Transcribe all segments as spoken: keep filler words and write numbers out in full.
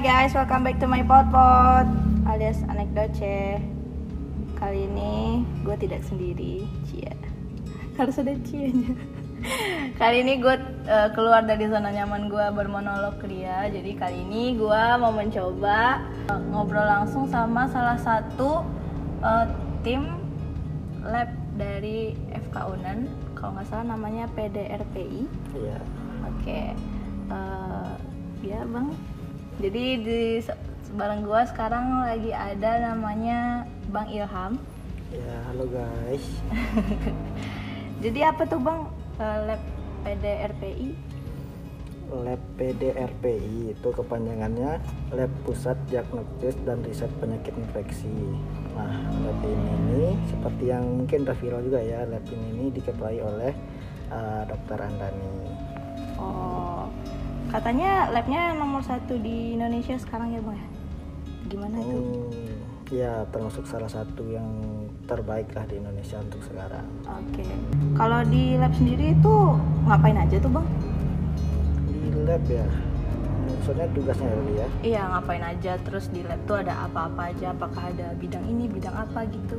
guys, welcome back to my pot-pot alias Anekdoce. Kali ini gue tidak sendiri, cia. Harus ada cianya. Kali ini gue uh, keluar dari zona nyaman gue bermonolog ria. Jadi kali ini gue mau mencoba uh, ngobrol langsung sama salah satu uh, tim lab dari F K Unan. Kalau nggak salah namanya P D R P I. Iya. Oke. Okay. Uh, ya bang. Jadi di bareng gue sekarang lagi ada namanya Bang Ilham. Ya, halo guys. Jadi apa tuh bang uh, lab P D R P I? Lab P D R P I itu kepanjangannya Lab Pusat Diagnosis dan Riset Penyakit Infeksi. Nah, lab ini, ini seperti yang mungkin udah viral juga ya, lab ini, ini diketuai oleh uh, Dokter Andani. Oh, katanya labnya nomor satu di Indonesia sekarang ya bang? Gimana itu? Hmm, ya termasuk salah satu yang terbaik lah di Indonesia untuk sekarang. Oke. Kalau di lab sendiri itu ngapain aja tuh bang? Di lab ya, maksudnya tugasnya dulu ya? Iya, ngapain aja, terus di lab tuh ada apa-apa aja, apakah ada bidang ini, bidang apa gitu?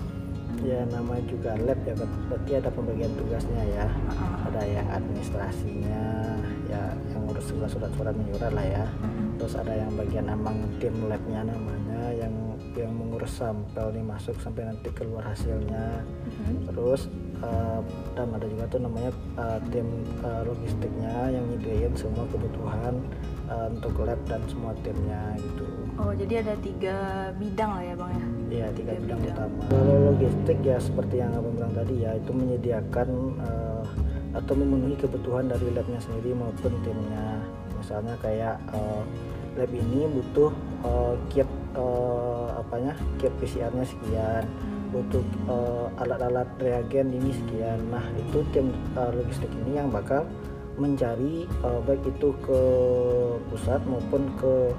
Ya nama juga lab ya, berarti ada pembagian tugasnya ya. Uh-uh. Ada yang administrasinya, ya yang ngurus surat-surat menyurat lah ya. Uh-huh. Terus ada yang bagian emang tim labnya namanya, yang yang mengurus sampel nih masuk sampai nanti keluar hasilnya. Uh-huh. Terus uh, dan ada juga tuh namanya uh, tim uh, logistiknya yang nyediain semua kebutuhan uh, untuk lab dan semua timnya gitu. Oh, jadi ada tiga bidang lah ya bang ya? Iya, tiga, tiga bidang, bidang utama. Kalau logistik ya seperti yang abang bilang tadi ya, itu menyediakan uh, atau memenuhi kebutuhan dari labnya sendiri maupun timnya. Misalnya kayak uh, lab ini butuh uh, kit uh, apanya, kit P C R-nya sekian, hmm. butuh uh, alat-alat reagen ini sekian. Nah itu tim uh, logistik ini yang bakal mencari uh, baik itu ke pusat maupun ke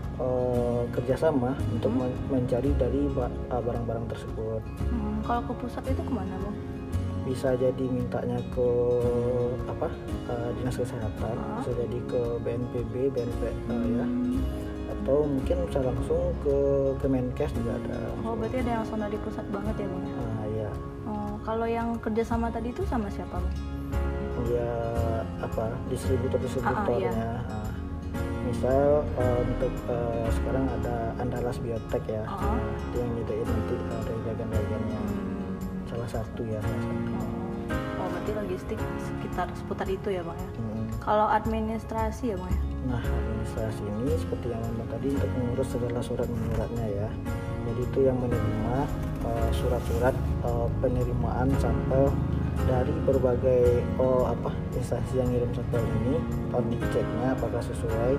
Uh, kerjasama hmm. untuk men- mencari dari ba- uh, barang-barang tersebut. Hmm, kalau ke pusat itu kemana bang? Bisa jadi mintanya ke apa uh, dinas kesehatan, uh. bisa jadi ke B N P B, B N P uh, ya, atau mungkin bisa langsung ke Kemenkes juga ada. Oh, berarti ada yang langsung dari pusat banget ya bang? Ah ya. Oh, kalau yang kerjasama tadi itu sama siapa bang? Ya apa distributor-distributornya. Uh, uh, uh, Misal uh, untuk uh, sekarang ada Andalas Biotech ya, uh-huh. uh, yang nyediain nanti uh, reagen-reagennya. Hmm. Salah satu ya. Salah satu. Oh, berarti logistik sekitar seputar itu ya bang ya? Hmm. Kalau administrasi ya bang ya? Nah, administrasi ini seperti yang abang tadi untuk mengurus segala surat menyuratnya ya. Jadi itu yang menerima uh, surat-surat uh, penerimaan sampel dari berbagai oh apa instansi yang ngirim sampel ini, harus diceknya apakah sesuai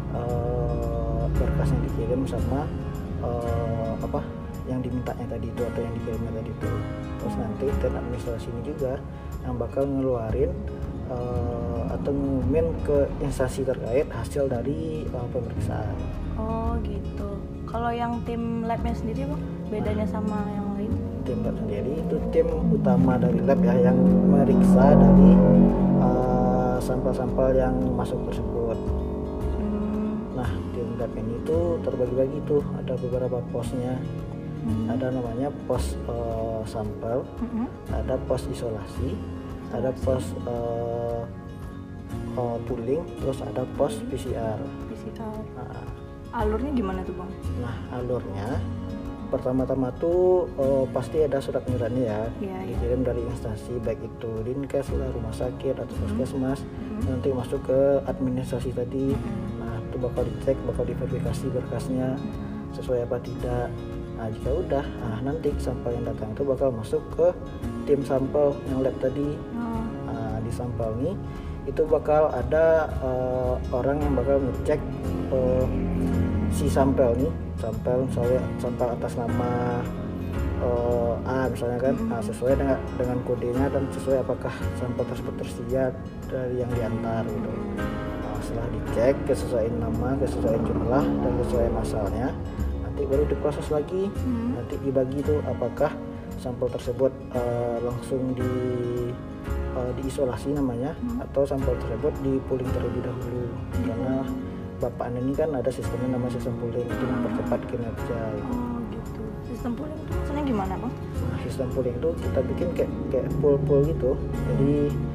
uh, berkas yang dikirim sama uh, apa yang dimintanya tadi itu atau yang dikirimnya tadi itu. Terus nanti tim administrasi ini juga yang bakal ngeluarin uh, atau ngumumin ke instansi terkait hasil dari uh, pemeriksaan. Oh gitu. Kalau yang tim labnya sendiri bang, bedanya nah, sama yang lain? Tim lab sendiri itu tim utama dari lab ya, yang meriksa dari uh, sampel-sampel yang masuk tersebut. Hmm. Nah tim lab ini tuh terbagi-bagi tuh, ada beberapa posnya. Hmm. Ada namanya pos uh, sampel, hmm. ada pos isolasi, isolasi. ada pos uh, uh, pooling, terus ada pos P C R. P C R. Nah, alurnya gimana tuh bang? Nah alurnya pertama-tama tuh oh, pasti ada surat menyuratnya ya, ya dikirim ya. dari instansi baik itu Dinkes lah, rumah sakit atau puskesmas, hmm. nanti masuk ke administrasi tadi. hmm. Nah itu bakal dicek, bakal diverifikasi berkasnya hmm. sesuai apa tidak. Nah jika udah, nah nanti sampel yang datang itu bakal masuk ke tim sampel yang lab tadi. hmm. Nah di sampel ini itu bakal ada uh, orang yang bakal ngecek uh, si sampel nih, sampel misalnya sampel atas nama uh, A misalnya kan, nah, sesuai dengan dengan kodenya dan sesuai apakah sampel tersebut tersedia dari yang diantar gitu. Nah, setelah dicek kesesuaian nama, kesesuaian jumlah dan kesesuaian asalnya, nanti baru diproses lagi, hmm. nanti dibagi tuh apakah sampel tersebut uh, langsung di uh, diisolasi namanya, hmm. atau sampel tersebut di pooling terlebih dahulu. hmm. Karena Bapak Anda ini kan ada sistemnya namanya sistem pooling, itu mempercepat kinerja gitu. Oh gitu. Sistem pooling itu maksudnya gimana bang? Nah, sistem pooling itu kita bikin kayak kayak pool-pool gitu. Jadi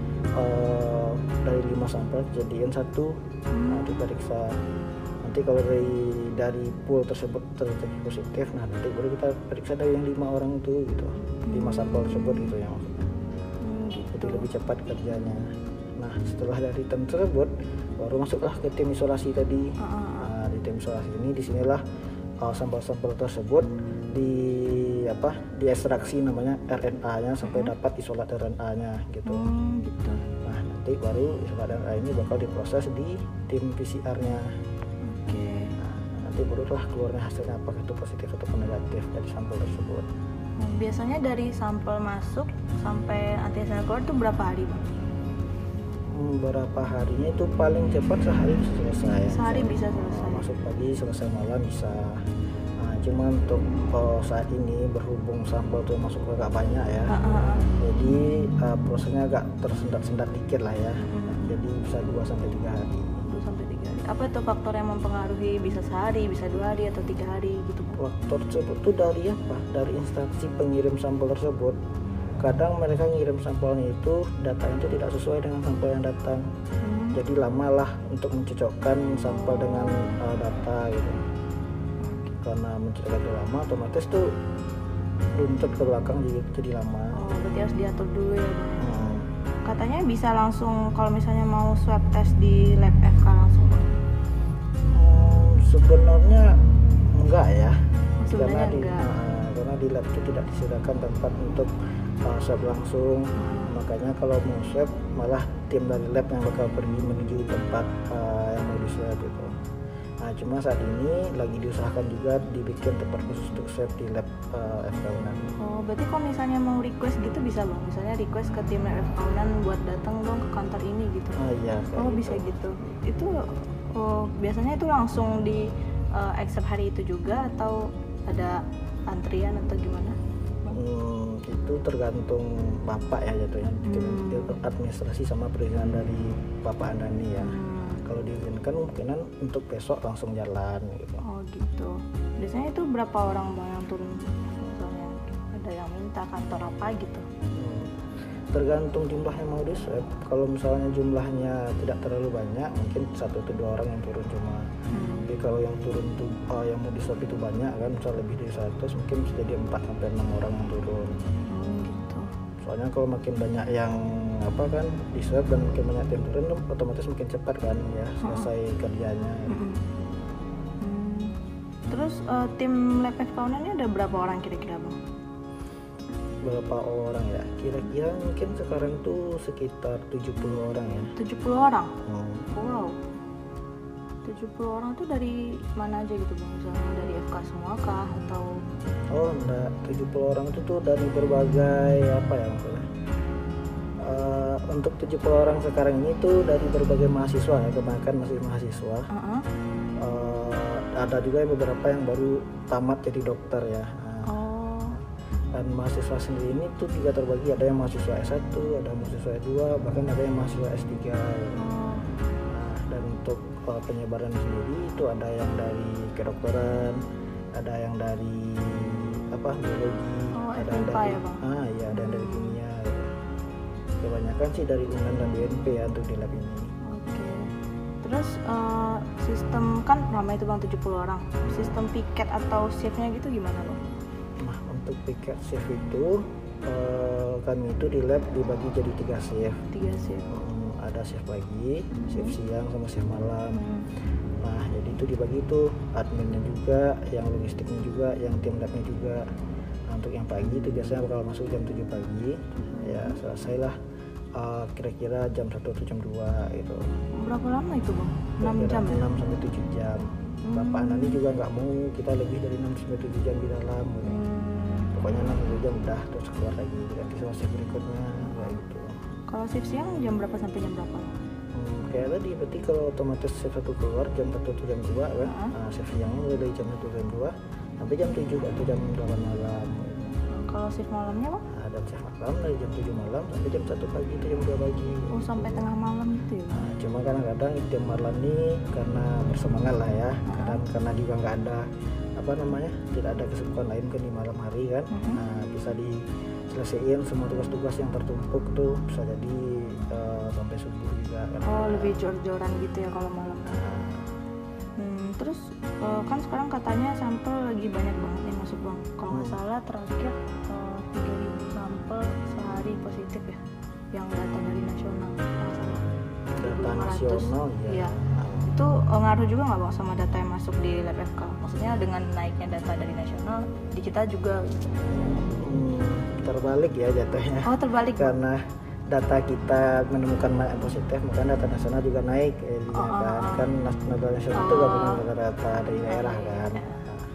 uh, dari lima sampel jadiin satu, nah diperiksa. Nanti kalau dari dari pool tersebut terjadi positif, nah nanti baru kita periksa dari yang lima orang itu gitu, lima sampel tersebut gitu yang maksudnya. Hmm, gitu. Jadi lebih cepat kerjanya. Nah setelah dari tim tersebut baru masuklah ke tim isolasi tadi. Uh-uh. Nah di tim isolasi ini disinilah uh, sampel-sampel tersebut di apa diekstraksi namanya R N A-nya sampai uh-huh. dapat isolat R N A-nya gitu. Hmm, gitu. Nah nanti baru isolat R N A ini bakal diproses di tim P C R-nya. Oke. Okay. Nah nanti barulah keluarnya hasilnya apakah itu positif ataupun negatif dari sampel tersebut. Hmm, biasanya dari sampel masuk sampai nanti hasilnya keluar itu berapa hari bang? Beberapa harinya itu paling cepat sehari bisa selesai. Sehari bisa selesai. Masuk pagi selesai malam bisa. Nah, cuma untuk oh, saat ini berhubung sampel tuh masuk agak banyak ya. Uh-uh. Jadi uh, prosesnya agak tersendat-sendat dikit lah ya. Uh-huh. Jadi bisa dua sampai tiga hari. dua sampai tiga hari. Apa itu faktor yang mempengaruhi bisa sehari, bisa dua hari atau tiga hari gitu? Faktor tersebut tuh dari apa? Dari instansi pengirim sampel tersebut. Kadang mereka ngirim sampelnya itu datanya itu tidak sesuai dengan sampel yang datang. Hmm. Jadi lama lah untuk mencocokkan sampel dengan uh, data gitu. Karena mencocokkan itu lama, otomatis tuh runtut ke belakang jadi, jadi lama. Oh, berarti harus diatur dulu ya. Hmm. Katanya bisa langsung kalau misalnya mau swab test di lab F K langsung. Hmm, sebenarnya enggak ya. Sebenarnya karena di, enggak. Nah, karena di lab itu tidak disediakan tempat untuk uh, swab langsung. Hmm. Makanya kalau mau swab malah tim dari lab yang bakal pergi menuju tempat uh, yang mau di swab gitu. Nah cuma saat ini lagi diusahakan juga dibikin tempat khusus untuk swab di lab uh, F K Unan. Oh berarti kalau misalnya mau request gitu bisa bang? Misalnya request ke tim lab F K Unan buat datang dong ke kantor ini gitu? Oh iya. Oh gitu. Bisa gitu. Itu oh, biasanya itu langsung di uh, accept hari itu juga atau ada antrian atau gimana? Hmm, itu tergantung bapak ya jatuhnya. Hmm. Administrasi sama perizinan dari bapak Anda nih ya. Hmm. Kalau diizinkan mungkinan untuk besok langsung jalan gitu. Oh gitu. Biasanya itu berapa orang bang yang turun? Misalnya ada yang minta kantor apa gitu? Hmm. Tergantung jumlah yang mau di swab. Kalau misalnya jumlahnya tidak terlalu banyak, mungkin satu atau dua orang yang turun cuma. Hmm. Tapi kalau yang turun tuh uh, yang mau di swab itu banyak kan, misal lebih dari seratus, mungkin bisa jadi empat sampai enam orang yang turun. Hmm, gitu. Soalnya kalau makin banyak yang apa kan di swab dan makin banyak yang turun, otomatis makin cepat kan ya selesai hmm. kerjanya. Hmm. Hmm. Terus uh, tim lab F K Unan ini ada berapa orang kira-kira bang? Berapa orang ya? Kira-kira mungkin sekarang tuh sekitar tujuh puluh orang ya. tujuh puluh orang? Hmm. Wow. tujuh puluh orang tuh dari mana aja gitu bang? Misalnya dari F K semua kah atau? Oh enggak, tujuh puluh orang itu tuh dari berbagai apa ya maksudnya? Uh, untuk tujuh puluh orang sekarang ini tuh dari berbagai mahasiswa ya, kebanyakan masih mahasiswa. Uh-huh. Uh, ada juga beberapa yang baru tamat jadi dokter ya. Uh, oh. Dan mahasiswa sendiri ini tuh juga terbagi, ada yang mahasiswa S satu, ada mahasiswa S dua, bahkan ada yang mahasiswa S tiga. Oh. Nah, dan untuk uh, penyebaran sendiri itu ada yang dari kedokteran, ada yang dari apa biologi, oh, ada yang dari ya, Bang? ah iya ada yang dari kimia. Kebanyakan sih dari U N A N dan D N P ya untuk di lab ini. Oke. Terus uh, sistem kan ramai itu bang tujuh puluh orang. Sistem piket atau shiftnya gitu gimana bang? Nah untuk piket shift itu uh, kami itu di lab dibagi jadi tiga shift. Tiga shift. Hmm, ada shift pagi, hmm. shift siang sama shift malam. Hmm. Nah jadi itu dibagi itu adminnya juga, yang logistiknya juga, yang tim labnya juga. Nah, untuk yang pagi itu biasanya bakal masuk jam tujuh pagi. Ya selesailah uh, kira-kira jam satu atau jam dua gitu. Berapa lama itu bang? enam jam ya? enam sampai tujuh jam. hmm. Bapak Anani juga nggak mau kita lebih dari enam sampai tujuh jam di dalam gitu. hmm. Pokoknya enam sampai tujuh jam udah terus keluar lagi ganti sama shift berikutnya kayak gitu. Kalau shift siang jam berapa sampai jam berapa? Hmm, kayak tadi berarti kalau otomatis shift satu keluar jam satu atau jam dua kan. uh-huh. Nah, shift siangnya mulai dari jam satu jam dua sampai jam tujuh atau jam delapan malam gitu. Kalau shift malamnya bang? Ada shift malam, dari jam tujuh malam sampai jam satu pagi itu jam dua pagi. Oh sampai tengah malam gitu ya? Nah, cuma kadang-kadang tim malam ini karena bersemangat lah ya, kadang karena juga nggak ada apa namanya, tidak ada kesibukan lain kan di malam hari kan, uh-huh. nah, bisa diselesaikan semua tugas-tugas yang tertumpuk tuh bisa jadi uh, sampai subuh juga kan. Oh lebih jor-joran gitu ya kalau malam. Nah. Hmm, terus uh, kan sekarang katanya sampel lagi banyak banget yang masuk bang. Kalau nggak hmm. salah terakhir uh, tiga ribu sampel sehari positif ya, yang data dari nasional. Data nasional ya. ya. Itu uh, ngaruh juga nggak bang sama data yang masuk di lab F K? Maksudnya dengan naiknya data dari nasional di kita juga hmm, terbalik ya jatuhnya. Oh terbalik. Karena data kita menemukan banyak positif, maka data nasional juga naik eh, oh, kan. Kan data nasional itu gabungan data-data dari daerah kan. Ya.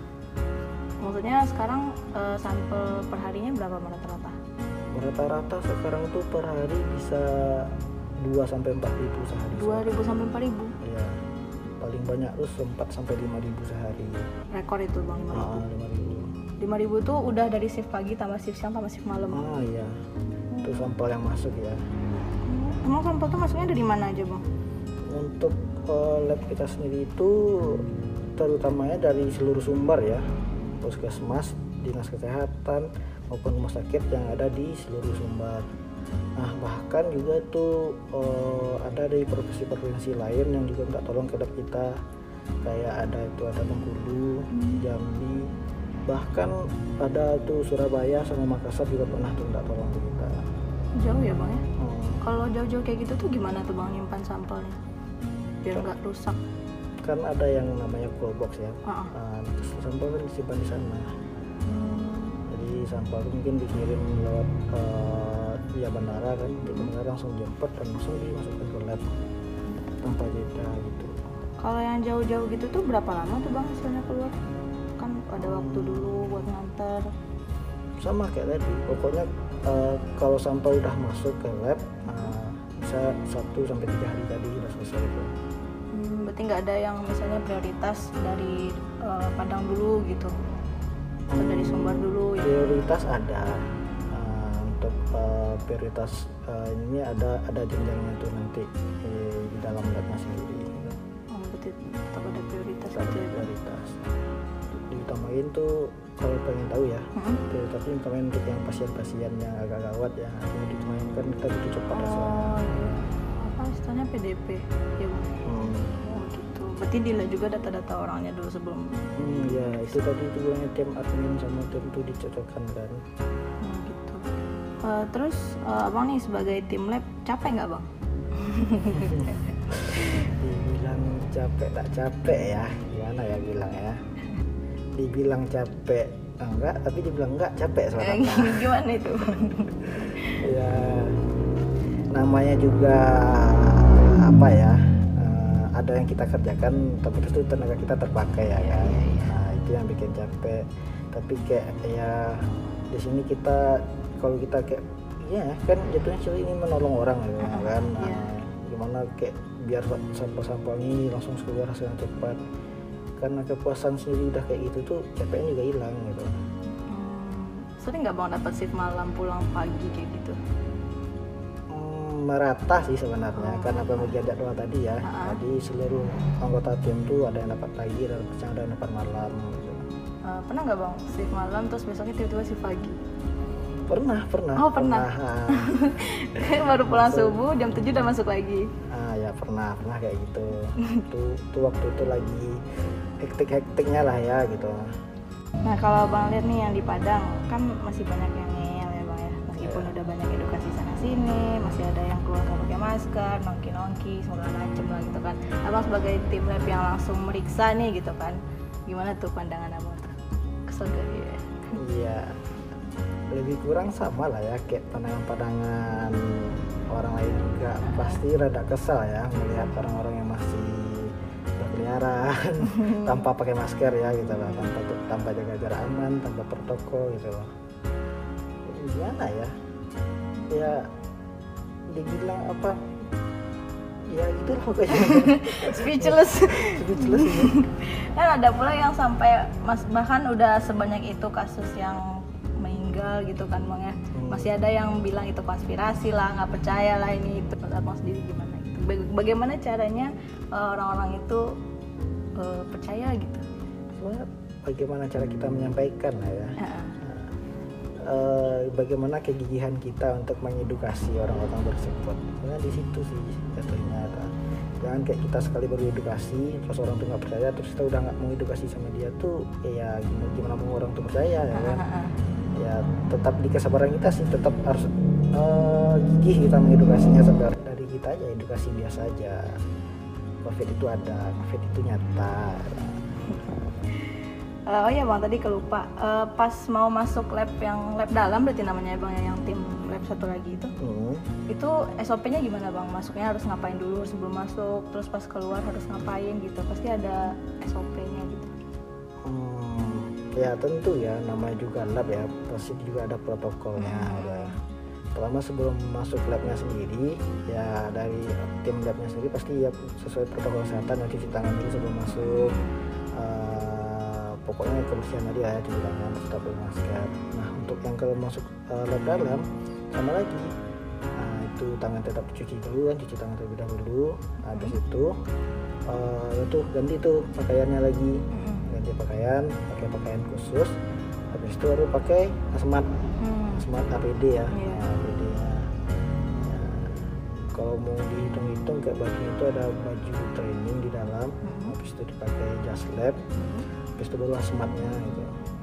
Maksudnya sekarang uh, sampel perharinya berapa rata-rata? Rata-rata sekarang tuh per hari bisa dua sampai empat ribu sehari. dua ribu sampai empat ribu? Iya. Paling banyak tuh empat sampai lima ribu sehari. Rekor itu bang, lima ribu. Ah, lima ribu. lima ribu tuh udah dari shift pagi tambah shift siang tambah shift malam. Ah iya. Itu sampel yang masuk ya. Emang sampel tuh masuknya dari mana aja bang? Untuk uh, lab kita sendiri itu terutamanya dari seluruh sumber ya, puskesmas, dinas kesehatan maupun rumah sakit yang ada di seluruh sumber. Nah bahkan juga itu uh, ada dari provinsi-provinsi lain yang juga minta tolong ke lab kita, kayak ada itu ada Bengkulu, hmm. Jambi, bahkan ada tuh Surabaya sama Makassar juga pernah tuh minta tolong ke kita. Jauh ya bang ya? Hmm. Kalau jauh-jauh kayak gitu tuh gimana tuh bang nyimpan sampelnya biar nggak rusak? Kan ada yang namanya cold box ya, uh-uh. nah, sampel kan disimpan di sana. Hmm. Jadi sampel itu mungkin dikirim lewat uh, via bandara kan, di bandara langsung jemput dan langsung dimasukkan ke lab tanpa jeda gitu. Kalau yang jauh-jauh gitu tuh berapa lama tuh bang hasilnya keluar? Kan ada waktu hmm. dulu buat nganter. Sama kayak tadi, pokoknya uh, kalau sampel udah masuk ke lab uh, bisa satu sampai tiga hari tadi sudah selesai itu. Hmm, berarti nggak ada yang misalnya prioritas dari uh, Padang dulu gitu, atau dari Sumbar dulu? Ya? Prioritas ada. Untuk uh, prioritas uh, ini ada ada jenjangnya tuh nanti eh, di dalam labnya sendiri. Gitu. Oh, berarti tetap ada prioritas. Ada gitu prioritas. Diutamain tuh kalau pengen tahu ya, hmm? prioritasnya utamain untuk yang pasien-pasien yang agak gawat ya, yang diutamain kan kita butuh cepat hasilnya. Oh, iya. Apa istilahnya P D P ya bu? Hmm. Oh gitu. Berarti dila juga data-data orangnya dulu sebelum. Hmm, ya itu tadi tujuannya tim admin sama tim itu dicocokkan kan. Uh, terus uh, abang nih sebagai tim lab capek nggak bang? Dibilang capek tak capek ya, gimana ya bilang ya? Dibilang capek enggak, tapi dibilang enggak capek sebenarnya. Gimana itu? Ya namanya juga apa ya? Uh, ada yang kita kerjakan, tapi itu tenaga kita terpakai ya kan. Nah itu yang bikin capek. Tapi kayak ya di sini kita kalau kita kayak ya kan jatuhnya sih ini menolong orang gitu uh, kan nah, yeah. Gimana kayak biar sampel-sampel ini langsung keluar hasilnya cepat, karena kepuasan sendiri udah kayak gitu tuh capeknya juga hilang gitu. Hmm, sering nggak bang dapat shift malam pulang pagi kayak gitu? Hmm, merata sih sebenarnya oh. Karena pembagian jadwal tadi ya, uh-huh. Jadi seluruh anggota tim tuh ada yang dapat pagi dan ada yang dapat malam gitu. Uh, pernah nggak bang shift malam terus besoknya tiba-tiba shift pagi? Pernah, pernah. Oh pernah. pernah. Baru pulang masuk. Subuh jam tujuh udah masuk lagi. Ah ya pernah, pernah kayak gitu. Tuh, tuh waktu itu lagi hektik-hektiknya lah ya gitu. Nah kalau bang lihat nih yang di Padang kan masih banyak yang ngeyel ya bang ya. Meskipun yeah. udah banyak edukasi sana sini, masih ada yang keluar nggak pakai masker, nongki-nongki, segala macem lah gitu kan. Abang sebagai tim lab yang langsung meriksa nih gitu kan, gimana tuh pandangan abang tuh? Kesel gak ya? Iya. Lebih kurang sama lah ya kayak pandangan-pandangan orang lain juga, pasti rada kesal ya melihat orang-orang yang masih berkeliaran tanpa pakai masker ya gitu lah, tanpa tanpa jaga jarak aman, tanpa protokol gitu loh. Gimana ya? Ya dibilang apa? Ya gitu lah pokoknya. Speechless. Speechless ini. Kan ada pula yang sampai mas bahkan udah sebanyak itu kasus yang meninggal gitu kan bang ya, hmm. Masih ada yang bilang itu konspirasi lah, nggak percaya lah ini itu. Menurut abang sendiri gimana gitu? Bagaimana caranya uh, orang-orang itu uh, percaya gitu? Sebenarnya bagaimana cara kita menyampaikan lah ya. Uh-uh. Uh, bagaimana kegigihan kita untuk mengedukasi orang-orang tersebut. Sebenarnya di situ sih jatuhnya. Jangan kayak kita sekali baru edukasi terus orang tuh nggak percaya, terus kita udah nggak mau edukasi sama dia tuh ya gimana, gimana mau orang tuh percaya ya kan. Ya tetap di kesabaran kita sih, tetap harus uh, gigih kita mengedukasinya. Sampai dari kita aja edukasi biasa aja. Covid itu ada, Covid itu nyata. Uh, oh ya bang, tadi kelupa uh, pas mau masuk lab yang lab dalam berarti namanya bang, yang tim lab satu lagi itu, hmm. itu S O P-nya gimana bang? Masuknya harus ngapain dulu sebelum masuk, terus pas keluar harus ngapain gitu? Pasti ada S O P-nya gitu. Hmm, ya tentu ya, namanya juga lab ya, pasti juga ada protokolnya. Hmm. Ada. Pertama sebelum masuk labnya sendiri, ya dari tim labnya sendiri pasti ya sesuai protokol kesehatan, cuci tangan dulu sebelum masuk. Uh, pokoknya kebersihan tadi ya, cuci tangan, tetap pakai masker. Nah untuk yang kalau masuk uh, lab dalam sama lagi, nah itu tangan tetap cuci dulu kan, cuci tangan terlebih dahulu. Nah, habis itu uh, itu ganti tuh pakaiannya lagi, ganti pakaian, pakai pakaian khusus. Habis itu baru pakai hazmat, hazmat A P D ya, yeah. Nah, A P D-nya. Ya, kalau mau dihitung-hitung kayak baju itu ada baju training di dalam, mm-hmm. habis itu dipakai jas lab, mm-hmm. habis itu baru hazmatnya gitu.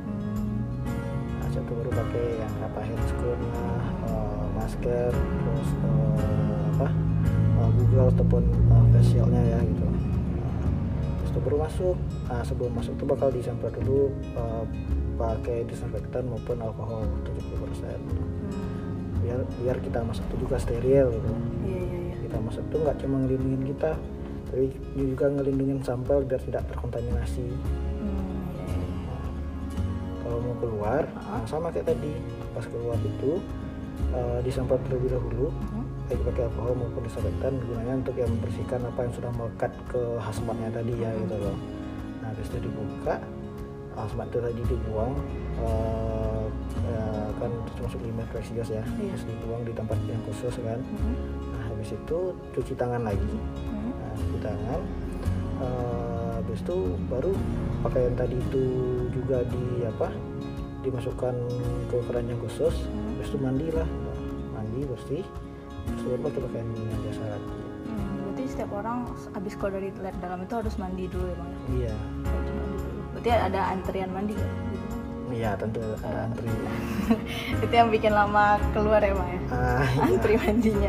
Nah, satu baru pakai yang apa handscoon lah, uh, masker, terus uh, apa uh, Google ataupun uh, facialnya ya gitu. Nah, habis itu baru masuk. Nah, sebelum masuk tuh bakal disemprot dulu uh, pakai disinfektan maupun alkohol tujuh puluh persen biar biar kita masuk itu juga steril gitu. Iya, iya, iya. Kita masuk tuh nggak cuma ngelindungin kita, tapi juga ngelindungin sampel biar tidak terkontaminasi. Hmm, iya, iya. Nah, kalau mau keluar, uh-huh. nah sama kayak tadi, pas keluar itu uh, disemprot terlebih dahulu, uh-huh. baik pakai alkohol maupun disinfektan, gunanya untuk yang membersihkan apa yang sudah melekat ke hazmatnya tadi ya, uh-huh. gitu loh. Nah habis itu dibuka, hazmat itu tadi dibuang, uh, ya, kan termasuk lima Rexios ya, iya. Terus dibuang di tempat yang khusus kan. Mm-hmm. Nah habis itu cuci tangan lagi, mm-hmm. nah, cuci tangan, uh, habis itu baru pakaian tadi itu juga di apa, dimasukkan ke keranjang khusus, mm-hmm. habis itu mandilah, nah, mandi bersih, terus baru pakai pakaian yang biasa lagi. Hmm, berarti setiap orang habis keluar dari lab dalam itu harus mandi dulu ya bang? Iya. Berarti ada antrian mandi kan? Gitu. Iya tentu ada antri. Itu yang bikin lama keluar ya bang ya? Ah, iya. Antri mandinya.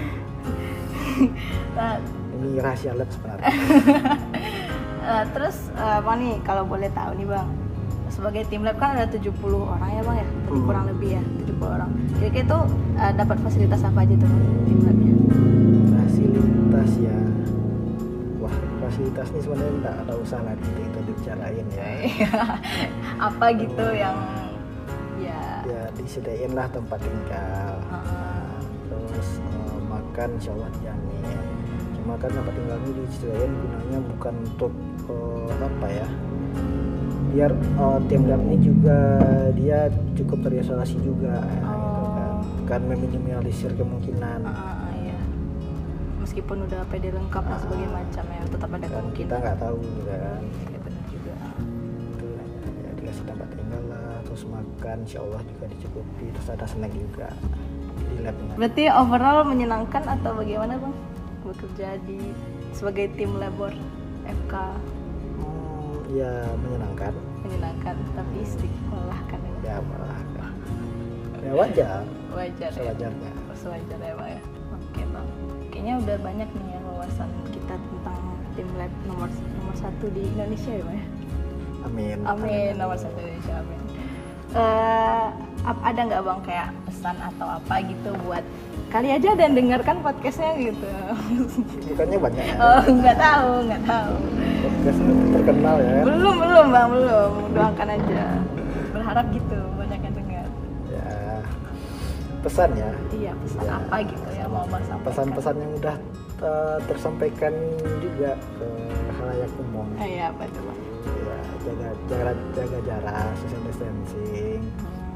Nah, ini rahasia lab sebenarnya. uh, terus uh, bang nih kalau boleh tahu nih bang, sebagai tim lab kan ada tujuh puluh orang ya bang ya? Hmm. Kurang lebih ya tujuh puluh orang. Kira-kira itu uh, dapat fasilitas apa aja tuh tim labnya? Fasilitas ya, wah fasilitas ini sebenarnya nggak ada usah lah gitu kita bicarain ya. Apa gitu hmm. yang ya ya disediain lah tempat tinggal, uh-huh. nah, terus uh, makan insya Allah dijamin. Cuma kan tempat tinggal ini disediain gunanya bukan untuk uh, apa ya, biar uh, tim lab ini juga dia cukup terisolasi juga, oh. ya, gitu kan, kan meminimalisir kemungkinan. Uh-huh. Meskipun udah P D lengkap dan ah, sebagainya macam ya, tetap ada kan kemungkinan. Kita nggak tahu juga kan. Ya benar juga. Itu ya, dikasih tempat tinggal lah, terus makan, insya Allah juga dicukupi, terus ada snack juga di labnya. Berarti overall menyenangkan atau bagaimana bang bekerja di sebagai tim labor F K? Hmm, ya menyenangkan. Menyenangkan, tapi sedikit melelahkan ya. Ya melelahkan. Ya wajar. Wajar. Sewajarnya. Ya. Sewajarnya ya bang ya. Oke bang. Kayaknya udah banyak nih ya wawasan kita tentang tim lab nomor nomor satu di Indonesia ya, Bang ya. Amin. Amin, nomor satu di Indonesia, amin. Uh, ada nggak bang kayak pesan atau apa gitu buat kali aja dan dengarkan podcastnya gitu? Bukannya banyak ya? Oh nggak tahu, nggak tahu. Podcast terkenal ya? Belum belum bang belum. Doakan aja. Berharap gitu banyak yang dengar. Ya pesan ya? Iya pesan ya, apa gitu ya mau bang sampaikan? Pesan-pesan yang udah uh, tersampaikan juga ke khalayak umum. Iya apa tuh bang? Ya, jaga jaga jaga jarak, social distancing, hmm.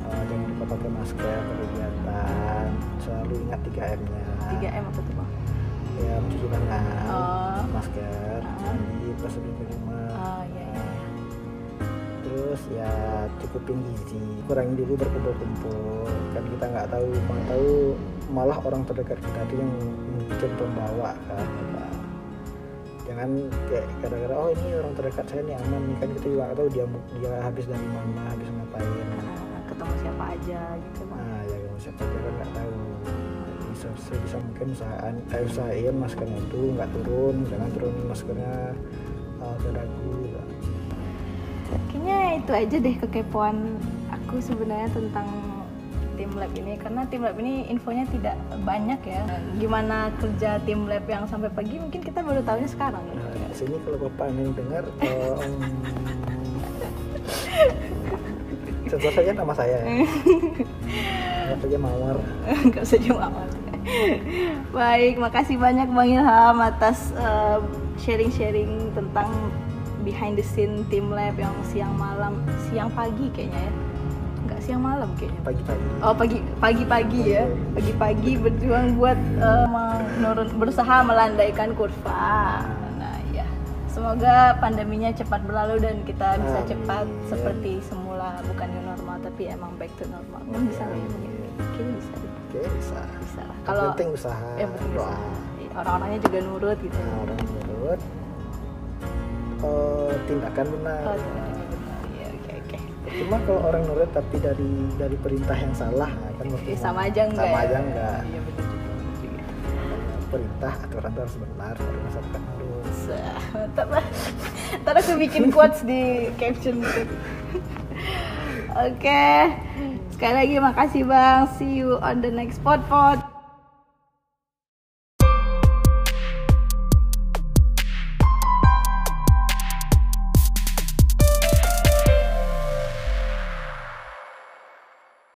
uh, jangan lupa pakai masker kegiatan, selalu ingat tiga M-nya. tiga M apa tuh bang? Ya mencuci tangan, Oh. masker, Ah. mandi, bersih di rumah. Oh iya, iya. Terus ya cukupin gizi, kurangi dulu berkumpul-kumpul, kan kita nggak tahu, mau tahu malah orang terdekat kita itu yang mungkin pembawa kan. Jangan kayak gara-gara oh ini orang terdekat saya nih aman nih, kan kita juga nggak tahu dia dia habis dari mana, habis ngapain. Nah, ketemu siapa aja gitu bang. Nah ya kalau siapa aja kan nggak tahu. Bisa sebisa mungkin usahain, eh, usahain maskernya itu nggak turun, jangan turunin maskernya uh, ke dagu. Gitu. Kayaknya itu aja deh kekepoan aku sebenarnya tentang tim lab ini, karena tim lab ini infonya tidak banyak ya. Gimana kerja tim lab yang sampai pagi mungkin kita baru tahunya sekarang. Nah, di sini kalau bapak ingin dengar, um, sensor saja nama saya. Anggap saja Mawar. Gak usah jawab. Baik, makasih banyak Bang Ilham atas uh, sharing-sharing tentang behind the scene tim lab yang siang malam, siang pagi kayaknya ya. Enggak siang malam kayaknya. Pagi-pagi. Oh, pagi pagi-pagi ya. Pagi-pagi berjuang buat uh, menurun berusaha melandaikan kurva. Nah, ya. Semoga pandeminya cepat berlalu dan kita bisa Amin. cepat seperti semula, bukan new normal tapi emang back to normal. Mungkin bisa nggak ya? Mungkin Kayaknya bisa deh. Oke, bisa. Bisa lah. Yang Kalau penting usaha, yang penting doa. usaha. Iya, orang-orangnya juga nurut gitu. Nah, orang menurut uh, tindakan benar. Oh, tindakannya benar. Iya, oke oke. Cuma kalau orang nurut tapi dari dari perintah yang salah, nah, kan mesti Eh, sama aja enggak sama ya? aja enggak. Iya benar juga. benar juga. Perintah aturan itu harus benar, baru masyarakat nurut. Sah, mantap lah. Ntar aku bikin quotes di caption gitu. Oke, sekali lagi makasih Bang. See you on the next pod pod.